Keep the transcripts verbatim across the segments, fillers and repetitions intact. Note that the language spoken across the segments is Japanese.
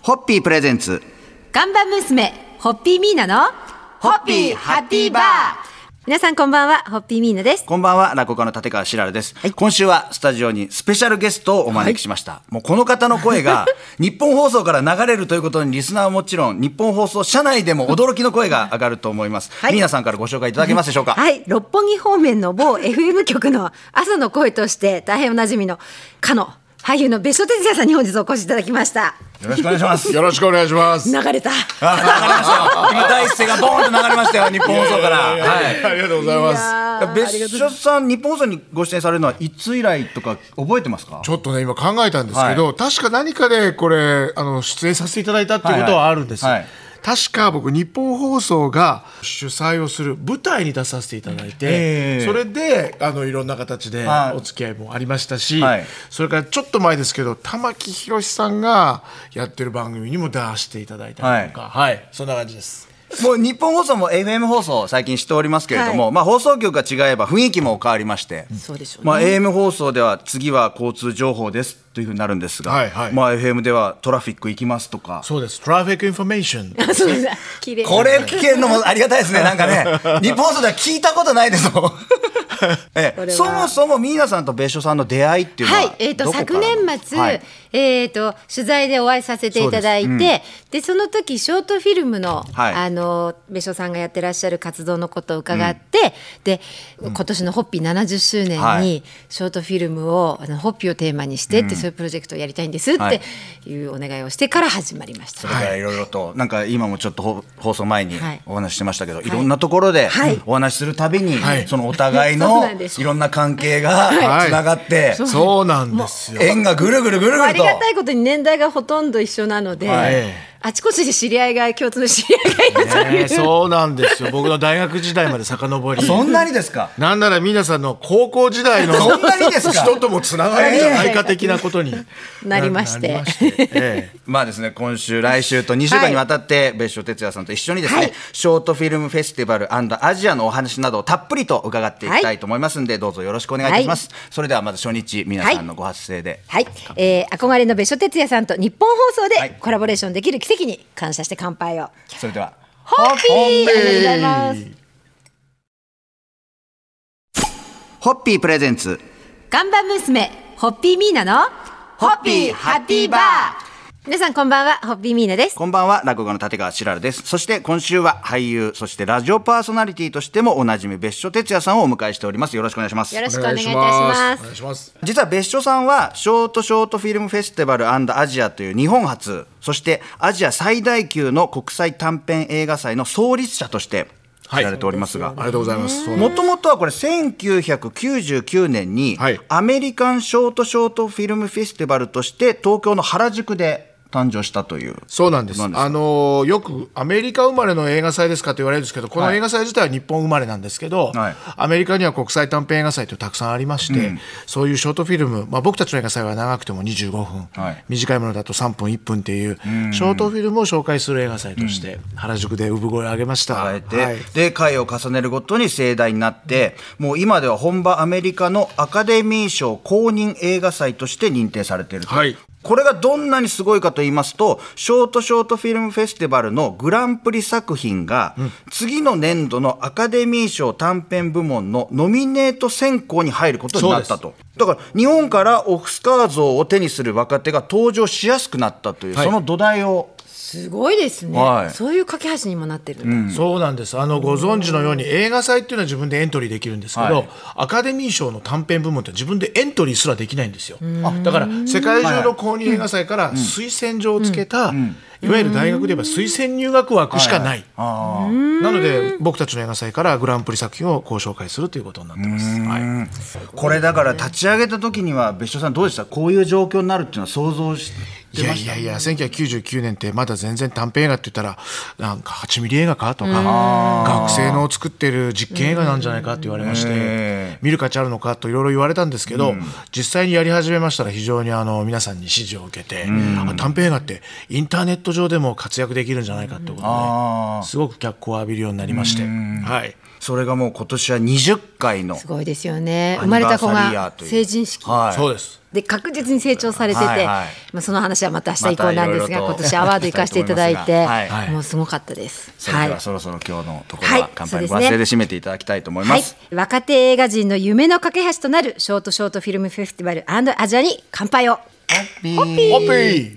ホッピープレゼンツ看板娘ホッピーミーナのホッピーハッピーバー。 皆さんこんばんは、ホッピーミーナです。 こんばんは、落語家の立川しららです、はい、今週はスタジオにスペシャルゲストをお招きしました、はい、もうこの方の声が日本放送から流れるということにリスナーはもちろん日本放送社内でも驚きの声が上がると思います、はい、ミーナさんからご紹介いただけますでしょうか。 はい、六本木方面の某 エフエム 局の朝の声として大変おなじみのかの俳優の別所哲也さんに本日お越しいただきました。 よろしくお願いします。 よろしくお願いします。 流れた。 あ、流れましたよ。今第一声がボーンと流れましたよ。日本放送から。はい。 ありがとうございます。 別所さん、日本放送にご出演されるのはいつ以来とか覚えてますか？ ちょっとね今考えたんですけど、はい、確か何かでこれあの出演させていただいたっていうことはあるんです。はいはいはい、確か僕日本放送が主催をする舞台に出させていただいて、えー、それであのいろんな形でお付き合いもありましたし、はい、それからちょっと前ですけど玉木宏さんがやってる番組にも出していただいたりとか、はいはい、そんな感じです。 もう日本放送も エフエム 放送最近しておりますけれども、はい、まあ、放送局が違えば雰囲気も変わりまして、 そうでしょうね。 まあ、エーエム 放送では次は交通情報ですというふうになるんですが、はいはい、まあ、エフエム ではトラフィック行きますとか。 そうです、トラフィックインフォメーションそうです綺麗。 これ聞けるのもありがたいですね。なんかね日本放送では聞いたことないですもんええ、そもそもミーナさんと別所さんの出会いっていうのは、はい、 えー、と昨年末、はい、えー、と取材でお会いさせていただいて、 そ, で、うん、その時ショートフィルム の,、はい、あの別所さんがやってらっしゃる活動のことを伺って、うん、で今年のホッピーななじゅっしゅうねんにショートフィルムをあのホッピーをテーマにしてって、うん、そういうプロジェクトをやりたいんですっていうお願いをしてから始まりました。 それからいろいろとなんか今もちょっと放送前にお話ししてましたけど、はい、いろんなところでお話しするたびに、はい、そのお互いのいろんな関係がつながって、はい、 そうなんですよ。 縁がぐるぐるぐるぐると、 ありがたいことに年代がほとんど一緒なので、はい、あちこちで知り合いが共通の知り合いがいるという、 ね、そうなんですよ。僕の大学時代まで遡りそんなにですか。 なんなら皆さんの高校時代のそんなにですか人ともつながるんじゃないか的なことになりまして、 ええ、まあですね、今週来週とにしゅうかんにわたって別所哲也さんと一緒にですね、はい、ショートフィルムフェスティバル&アジアのお話などをたっぷりと伺っていきたいと思いますので、はい、どうぞよろしくお願いいたします、はい、それではまず初日皆さんのご発声で、 はいはい、えー、憧れの別所哲也さんと日本放送でコラボレーションできる奇跡に感謝して乾杯を。 それではホッピー、ありがとうございます。 ホッピープレゼンツ看板娘ホッピーミーナのホッピーハッピーバー。皆さんこんばんは、ホッピーミーナです。 こんばんは、落語家の立川しららです。そして今週は俳優、そしてラジオパーソナリティとしてもおなじみ別所哲也さんをお迎えしております。よろしくお願いします。 よろしくお願いいたします。 お願いします。 実は別所さんはショートショートフィルムフェスティバル&アジアという日本初、そしてアジア最大級の国際短編映画祭の創立者として知られておりますが、 はい、ありがとうございます。 もともとはこれせんきゅうひゃくきゅうじゅうきゅうねんにアメリカンショートショートフィルムフェスティバルとして東京の原宿で誕生したという。 そうなんです。あのよくアメリカ生まれの映画祭ですかと言われるんですけど、この映画祭自体は日本生まれなんですけど、はい、アメリカには国際短編映画祭とたくさんありまして、うん、そういうショートフィルム、まあ、僕たちの映画祭は長くてもにじゅうごふん、はい、短いものだとさんぷんいっぷんっていうショートフィルムを紹介する映画祭として原宿で産声を上げました、 うん、はい、で回を重ねるごとに盛大になって、もう今では本場アメリカのアカデミー賞公認映画祭として認定されていると、はい、これがどんなにすごいかと言いますと、ショートショートフィルムフェスティバルのグランプリ作品が、うん、次の年度のアカデミー賞短編部門のノミネート選考に入ることになったと。だから日本からオスカー像を手にする若手が登場しやすくなったという、はい、その土台を。 すごいですね、はい、そういう架け橋にもなってる、うん、 そうなんです。あのご存知のように映画祭っていうのは自分でエントリーできるんですけど、はい、アカデミー賞の短編部門って自分でエントリーすらできないんですよ。だから世界中の公認映画祭から推薦状をつけた、いわゆる大学で言えば推薦入学枠しかない、はい、なので僕たちの映画祭からグランプリ作品をこう紹介するということになってます、はい、 これだから立ち上げた時には別所さんどうでした？こういう状況になるっていうのは想像していやいやいや、せんきゅうひゃくきゅうじゅうきゅうねんってまだ全然短編映画って言ったらなんかはちミリ映画かとか学生の作ってる実験映画なんじゃないかって言われまして、見る価値あるのかといろいろ言われたんですけど、実際にやり始めましたら非常にあの皆さんに支持を受けて、短編映画ってインターネット上でも活躍できるんじゃないかってことですごく脚光を浴びるようになりまして、はい、 それがもう今年はにじゅっかいのすごいですよね。生まれた子が成人式、 はい、そうですで確実に成長されてて、はいはい、まあ、その話はまた明日以降なんですが、ま、今年アワード行かせていただいて、はい、もうすごかったです。 それではそろそろ今日のところは乾杯のご発声で締めていただきたいと思います、 はい、若手映画人の夢の架け橋となるショートショートフィルムフェスティバル&アジアに乾杯を。ホッピーホッピー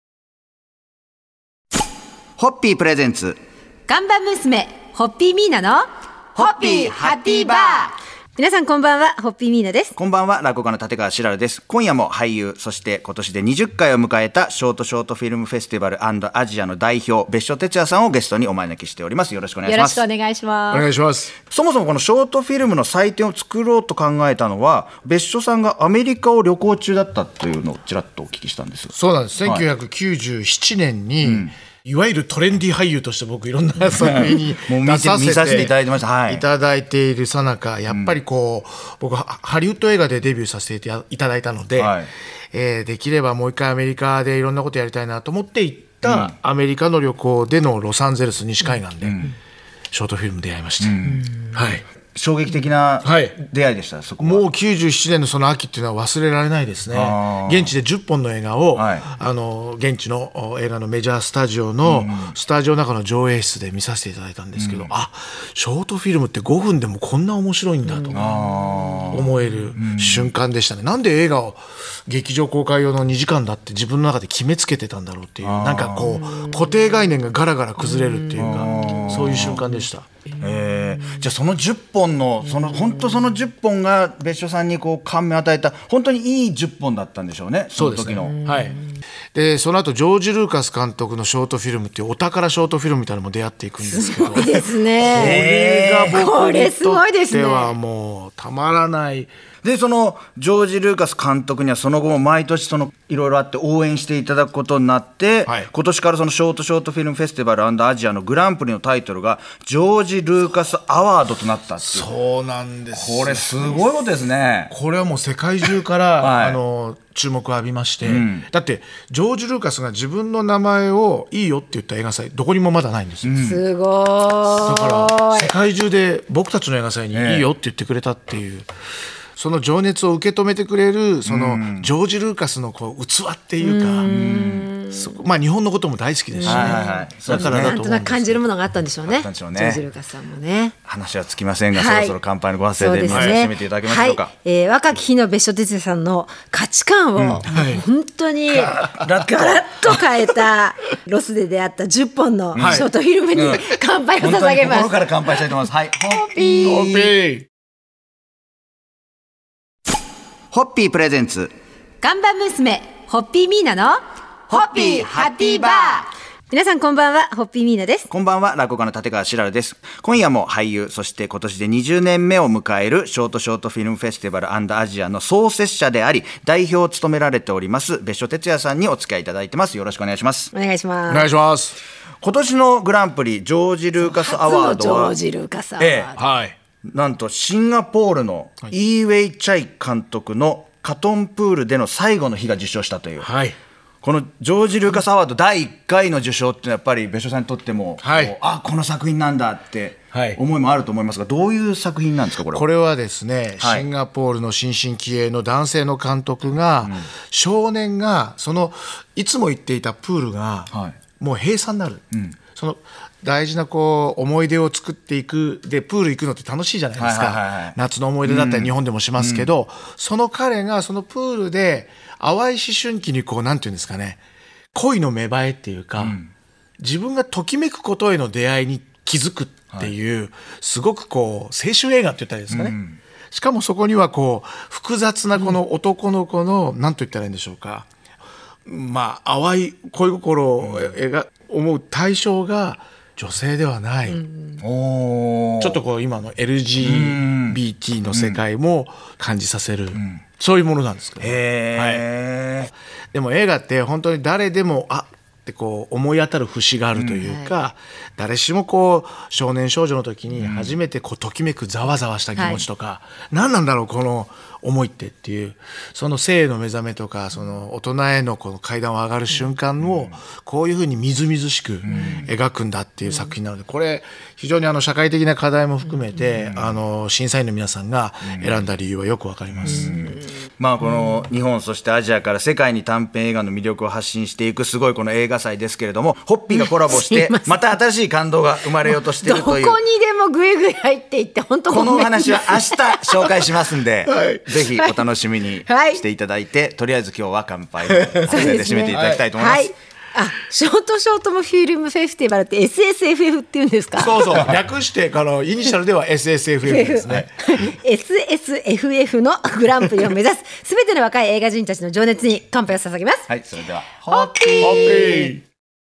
ホッピープレゼンツ看板娘ホッピーミーナのホッピーハッピーバー。皆さんこんばんは、ホッピーミーナです。 こんばんは、落語家の立川しららです。今夜も俳優、そして今年でにじゅっかいを迎えたショートショートフィルムフェスティバル&アジアの代表、別所哲也さんをゲストにお招きしております。よろしくお願いします。 よろしくお願いします。 お願いします。 そもそもこのショートフィルムの祭典を作ろうと考えたのは、別所さんがアメリカを旅行中だったというのをちらっとお聞きしたんですよ。 そうなんです。せんきゅうひゃくきゅうじゅうななねんに、うん、いわゆるトレンディ俳優として僕いろんな作品に出させていただいてました、はい、いただいているさなか、やっぱりこう、うん、僕はハリウッド映画でデビューさせていただいたので、はい、えー、できればもう一回アメリカでいろんなことやりたいなと思って行ったアメリカの旅行でのロサンゼルス西海岸でショートフィルム出会いました、うん、はい、 衝撃的な出会いでした、はい、そこは。 もうきゅうじゅうななねんのその秋っていうのは忘れられないですね。現地でじゅっぽんの映画を、はい、あの現地の映画のメジャースタジオの、うん、スタジオの中の上映室で見させていただいたんですけど、うん、あ、ショートフィルムってごふんでもこんな面白いんだと思える瞬間でしたね。なんで映画を劇場公開用のにじかんだって自分の中で決めつけてたんだろうっていう、なんかこう固定概念がガラガラ崩れるっていうか、そういう瞬間でした。 えー、じゃあそのじゅっぽんのその本当そのじゅっぽんが別所さんにこう感銘を与えた本当にいいじゅっぽんだったんでしょうね。その時の。 そうですね、はい。でその後ジョージ・ルーカス監督のショートフィルムっていうお宝ショートフィルムみたいなのも出会っていくんですけど、 すごいですね。 これが僕にとってはもうたまらない。 でそのジョージ・ルーカス監督にはその後も毎年そのいろいろあって応援していただくことになって、はい、今年からそのショートショートフィルムフェスティバル&アジアのグランプリのタイトルがジョージ・ルーカスアワードとなったっていう。 そうなんです。 これすごいことですね。 これはもう世界中から、はい、あの注目を浴びまして、うん、だってジョージ・ルーカスが自分の名前をいいよって言った映画祭どこにもまだないんですよ、うん、 すごい。 だから世界中で僕たちの映画祭にいいよって言ってくれたっていう、えーその情熱を受け止めてくれるそのジョージ・ルーカスのこう器っていうか、うそまあ、日本のことも大好きですし、ね、はいはい、だからだと思うんです。 なんとなく感じるものがあったんでしょうね。ジョージ・ルーカスさんもね。 話はつきませんが、はい、そろそろ乾杯のご発声で締めていただけましょうか。はい、 えー、若き日の別所哲也さんの価値観を、うんはい、本当にガラッと変えたロスで出会ったじゅっぽんのショートフィルムに乾杯を捧げます。本当に心から乾杯したいと思います。はい、 ホッピーホッピーホッピープレゼンツ看板娘ホッピーミーナのホッピーハッピーバー。皆さんこんばんは、ホッピーミーナです。 こんばんは、落語家の立川しららです。今夜も俳優、そして今年でにじゅうねんめを迎えるショートショートフィルムフェスティバル&アジアの創設者であり代表を務められております別所哲也さんにお付き合いいただいてます。よろしくお願いします。 お願いします。 お願いします。 今年のグランプリジョージ・ルーカスアワードは初のジョージ・ルーカスアワード、ええ、 はい、 なんとシンガポールのイーウェイ・チャイ監督のカトンプールでの最後の日が受賞したという、はい、このジョージ・ルーカスアワードだいいっかいの受賞っていうのはやっぱり別所さんにとっても、はい、あこの作品なんだって思いもあると思いますが、どういう作品なんですかこれは。 これはですね、はい、シンガポールの新進気鋭の男性の監督が、うん、少年がそのいつも行っていたプールが、はい、もう閉鎖になる、うん、その大事なこう思い出を作っていくでプール行くのって楽しいじゃないですか、はいはいはい、夏の思い出だったり日本でもしますけど、うん、その彼がそのプールで淡い思春期にこうなんていうんですかね、恋の芽生えっていうか、うん、自分がときめくことへの出会いに気づくっていう、はい、すごくこう青春映画って言ったらいいですかね、うん、しかもそこにはこう複雑なこの男の子の、うん、なんと言ったらいいんでしょうか、まあ淡い恋心を描、うん、思う対象が女性ではない、うん、ちょっとこう今の エルジービーティー の世界も感じさせる、うん、そういうものなんですけど、へー、はい、でも映画って本当に誰でもあってこう思い当たる節があるというか、うんはい、誰しもこう少年少女の時に初めてこうときめくざわざわした気持ちとか、はい、何なんだろうこの思いってっていうその性の目覚めとかその大人へのこの階段を上がる瞬間をこういうふうにみずみずしく描くんだっていう作品なので、これ非常にあの社会的な課題も含めてあの審査員の皆さんが選んだ理由はよくわかります。 まあこの日本そしてアジアから世界に短編映画の魅力を発信していくすごいこの映画祭ですけれども、ホッピーがコラボしてまた新しい感動が生まれようとしているという、 どこにでもグイグイ入っていって本当このお話は明日紹介しますんで、はい、ぜひお楽しみにしていただいて、はい、とりあえず今日は乾杯をで締めていただきたいと思います。はいはい、 あ、ショートショートもフィルムフェスティバルって エスエスエフエフ って言うんですか？ そうそう、略してあのイニシャルでは エスエスエフエフ ですね。 エスエスエフエフ のグランプリを目指すすべての若い映画人たちの情熱に乾杯を捧げます。 はい、それではホッピーホッピー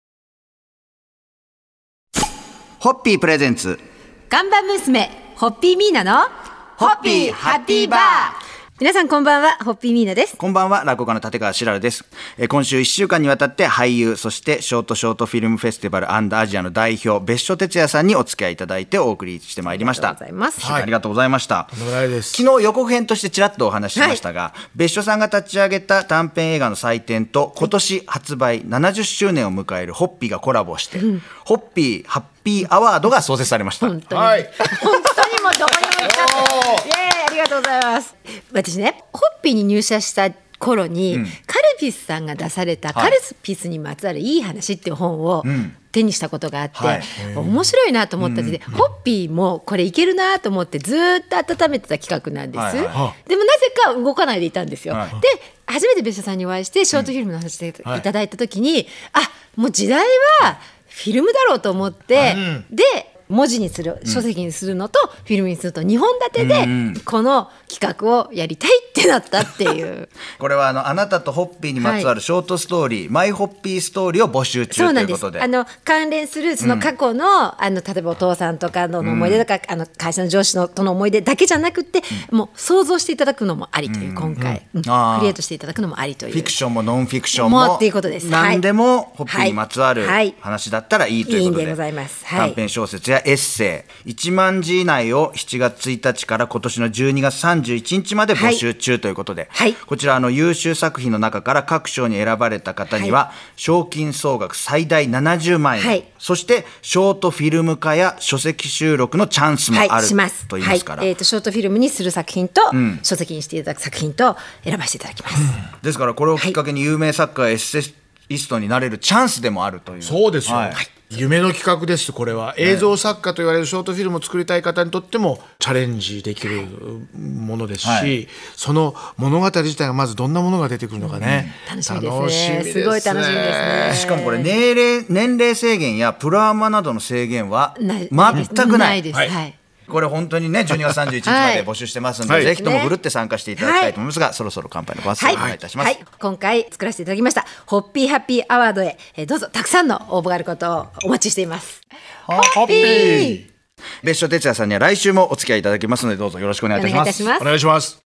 ホッピープレゼンツ看板娘ホッピーミーナのホッピーハッピーバー。皆さんこんばんは、ホッピーミーナです。 こんばんは、落語家の立川しららです。え今週いっしゅうかんにわたって俳優、そしてショートショートフィルムフェスティバル&アジアの代表別所哲也さんにお付き合いいただいてお送りしてまいりました。 ありがとうございます。 ありがとうございました。 はい、 昨日予告編としてちらっとお話ししましたが、はい、別所さんが立ち上げた短編映画の祭典と今年発売ななじゅっしゅうねんを迎えるホッピーがコラボして、うん、ホッピーハッピーアワードが創設されました。 本当に、はい、本当にもうどこにも行っちゃってイエーイ、ありがとうございます。私ね、ホッピーに入社した頃に、うん、カルピスさんが出された、はい、カルピスにまつわるいい話っていう本を、うん手にしたことがあって、はい、面白いなと思ったので、うん、ホッピーもこれいけるなと思ってずっと温めてた企画なんです、はいはい、でもなぜか動かないでいたんですよ、はい、で初めて別所さんにお会いしてショートフィルムの話していただいた時に、うんはい、あ、もう時代はフィルムだろうと思って、はい、で文字にする、書籍にするのとフィルムにするとにほん立てでこの企画をやりたいってなったっていうこれはあのあなたとホッピーにまつわるショートストーリー、はい、マイホッピーストーリーを募集中ということで、 あの関連するその過去の、うん、あの例えばお父さんとかの思い出とか、うん、あの会社の上司のとの思い出だけじゃなくて、うん、もう想像していただくのもありという、うん、今回、うん、クリエイトしていただくのもありという、 フィクションもノンフィクションもっていうことです。 何でもホッピーにまつわる話だったらいいということで、 いいんでございます、はい、 短編小説やエッセイいちまんじ以内をしちがつついたちから今年のじゅうにがつさんじゅういちにちまで募集中ということで、はい、こちらあの優秀作品の中から各賞に選ばれた方には、はい、賞金総額最大ななじゅうまんえん、はい、そしてショートフィルム化や書籍収録のチャンスもある、はい、しますと言いますから、 はい、えーと、ショートフィルムにする作品と、うん、書籍にしていただく作品と選ばせていただきます、うん、 ですからこれをきっかけに有名作家やエッセイストになれるチャンスでもあるという。 そうですよ、はい、夢の企画です。これは映像作家と言われるショートフィルムを作りたい方にとってもチャレンジできるものですし、はい、その物語自体がまずどんなものが出てくるのかね、 うん、楽しみですね。楽しみですね。すごい楽しみですね。 しかもこれ年齢、年齢制限やプロアマなどの制限は全くない。 ないです。はい、はい、 これ本当にねじゅうにがつさんじゅういちにちまで募集してますので、はい、ぜひともふるって参加していただきたいと思いますが、はい、そろそろ乾杯のご発声をお願いいたします、 はいはい、今回作らせていただきましたホッピーハッピーアワードへ、えー、どうぞたくさんの応募があることをお待ちしています。 ホッピー別所哲也さんには来週もお付き合いいただきますので、どうぞよろしくお願いいたします。 お願いします。